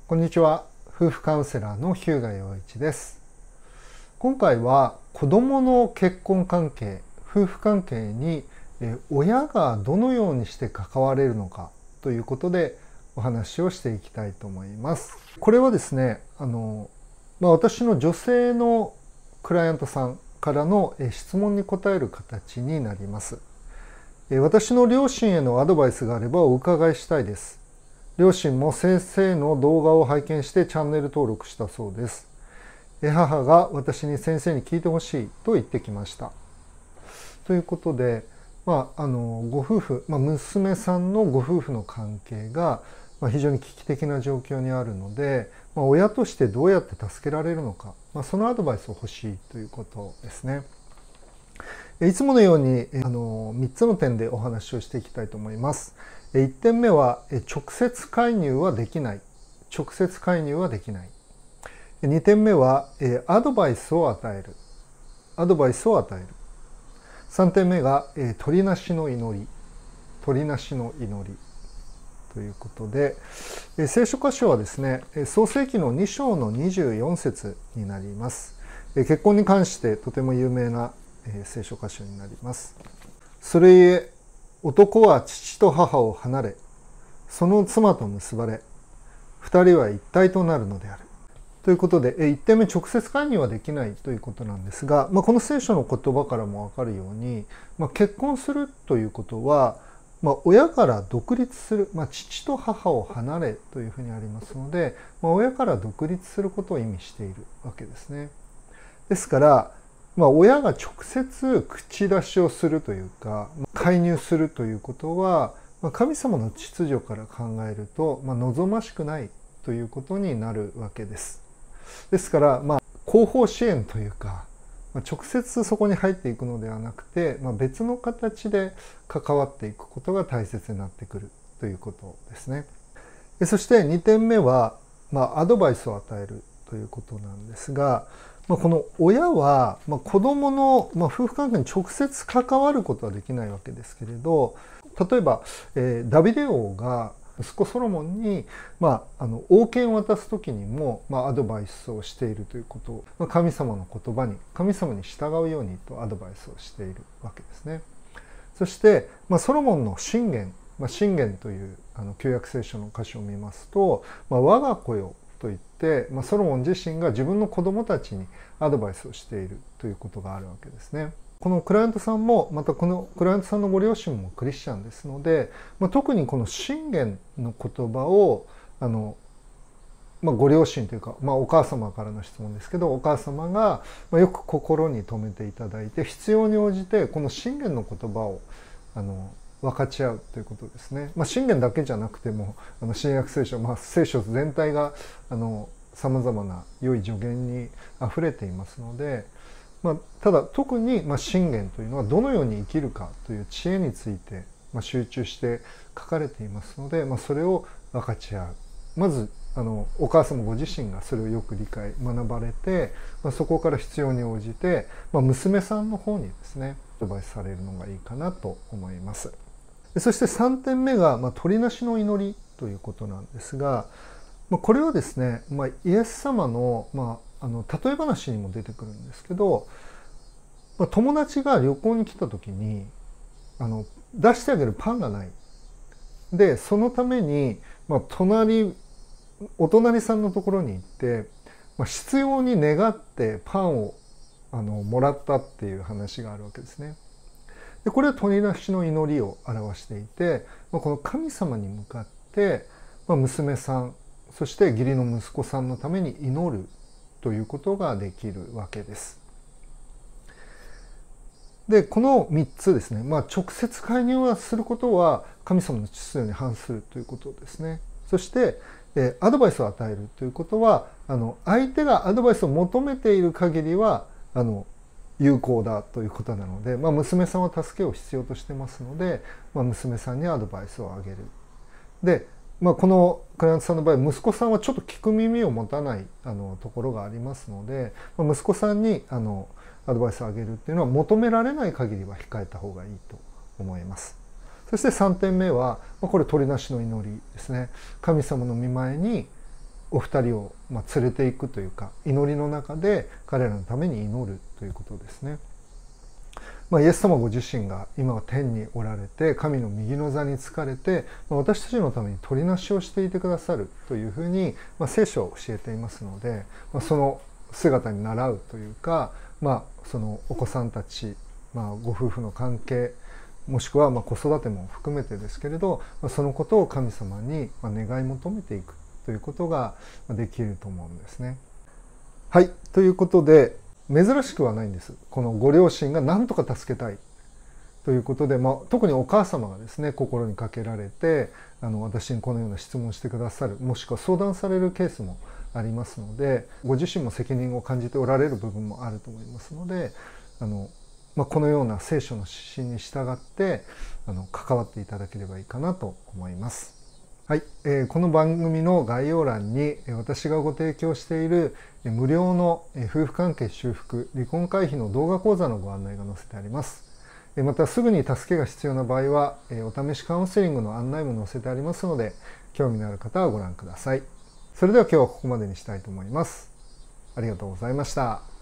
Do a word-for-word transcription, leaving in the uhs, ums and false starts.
こんにちは。夫婦カウンセラーの日向陽一です。今回は子供の結婚関係、夫婦関係に親がどのようにして関われるのかということでお話をしていきたいと思います。これはですね、あの、まあ、私の女性のクライアントさんからの質問に答える形になります。私の両親へのアドバイスがあればお伺いしたいです。両親も先生の動画を拝見してチャンネル登録したそうです。母が私に先生に聞いてほしいと言ってきました。ということで、まあ、あのご夫婦、まあ、娘さんのご夫婦の関係が非常に危機的な状況にあるので、まあ、親としてどうやって助けられるのか、まあ、そのアドバイスを欲しいということですね。いつものようにあのみっつの点でお話をしていきたいと思います。いってんめは直接介入はできない。直接介入はできない。にてんめはアドバイスを与える。アドバイスを与える。さんてんめが鳥なしの祈り。鳥なしの祈り。ということで、聖書箇所はですね、創世記のに章のにじゅうよん節になります。結婚に関してとても有名な聖書箇所になります。それゆえ男は父と母を離れ、その妻と結ばれ、二人は一体となるのである。ということで、いってんめ直接介入はできないということなんですが、まあ、この聖書の言葉からもわかるように、まあ、結婚するということは、まあ、親から独立する、まあ、父と母を離れというふうにありますので、まあ、親から独立することを意味しているわけですね。ですから、まあ、親が直接口出しをするというか介入するということは、まあ、神様の秩序から考えると、まあ、望ましくないということになるわけです。ですから、まあ、後方支援というか、まあ、直接そこに入っていくのではなくて、まあ、別の形で関わっていくことが大切になってくるということですね。そしてにてんめは、まあ、アドバイスを与えるということなんですが、まあ、この親は、まあ、子供の、まあ、夫婦関係に直接関わることはできないわけですけれど、例えば、えー、ダビデ王が息子ソロモンに、まあ、あの王権を渡す時にも、まあ、アドバイスをしているということを、まあ、神様の言葉に神様に従うようにとアドバイスをしているわけですね。そして、まあ、ソロモンの箴言、まあ、箴言というあの旧約聖書の箇所を見ますと、まあ、我が子よと言って、まあ、ソロモン自身が自分の子供たちにアドバイスをしているということがあるわけですね。このクライアントさんもまたこのクライアントさんのご両親もクリスチャンですので、まあ、特にこの箴言の言葉をあの、まあ、ご両親というか、まあ、お母様からの質問ですけど、お母様がよく心に留めていただいて、必要に応じてこの箴言の言葉をあの分かち合うということですね。まあ、箴言だけじゃなくてもあの新約聖書、まあ、聖書全体があのさまざまな良い助言にあふれていますので、まあ、ただ特にまあ箴言というのはどのように生きるかという知恵についてまあ集中して書かれていますので、まあ、それを分かち合う。まずあのお母様ご自身がそれをよく理解学ばれて、まあ、そこから必要に応じて、まあ、娘さんの方にですねアドバイスされるのがいいかなと思います。そしてさんてんめが、まあ、鳥なしの祈りということなんですが、まあ、これはですね、まあ、イエス様の、まあ、あの例え話にも出てくるんですけど、まあ、友達が旅行に来た時にあの出してあげるパンがない。でそのために、まあ、隣お隣さんのところに行って、まあ、執拗に願ってパンをあのもらったっていう話があるわけですね。でこれは鳥なしの祈りを表していて、まあ、この神様に向かって、まあ、娘さんそして義理の息子さんのために祈るということができるわけです。でこのみっつですね、まあ、直接介入はすることは神様の秩序に反するということですね。そしてアドバイスを与えるということはあの相手がアドバイスを求めている限りはあの有効だということなので、まあ、娘さんは助けを必要としてますので、まあ、娘さんにアドバイスをあげる。で、まあ、このクライアントさんの場合息子さんはちょっと聞く耳を持たないあのところがありますので、まあ、息子さんにあのアドバイスをあげるっていうのは求められない限りは控えた方がいいと思います。そしてさんてんめはこれ鳥なしの祈りですね。神様の御前にお二人をまあ連れていくというか、祈りの中で彼らのために祈るということですね。まあ、イエス様ご自身が今は天におられて神の右の座につかれて、まあ、私たちのために取りなしをしていてくださるというふうに、まあ、聖書を教えていますので、まあ、その姿に倣うというか、まあ、そのお子さんたち、まあ、ご夫婦の関係もしくはまあ子育ても含めてですけれど、そのことを神様に願い求めていくということができると思うんですね。はい、ということで珍しくはないんです。このご両親が何とか助けたいということで、まあ、特にお母様がですね心にかけられて、あの私にこのような質問をしてくださる、もしくは相談されるケースもありますので、ご自身も責任を感じておられる部分もあると思いますので、あの、まあ、このような聖書の指針に従ってあの関わっていただければいいかなと思います。はい、えー、この番組の概要欄に私がご提供している無料の夫婦関係修復離婚回避の動画講座のご案内が載せてあります。またすぐに助けが必要な場合はお試しカウンセリングの案内も載せてありますので、興味のある方はご覧ください。それでは今日はここまでにしたいと思います。ありがとうございました。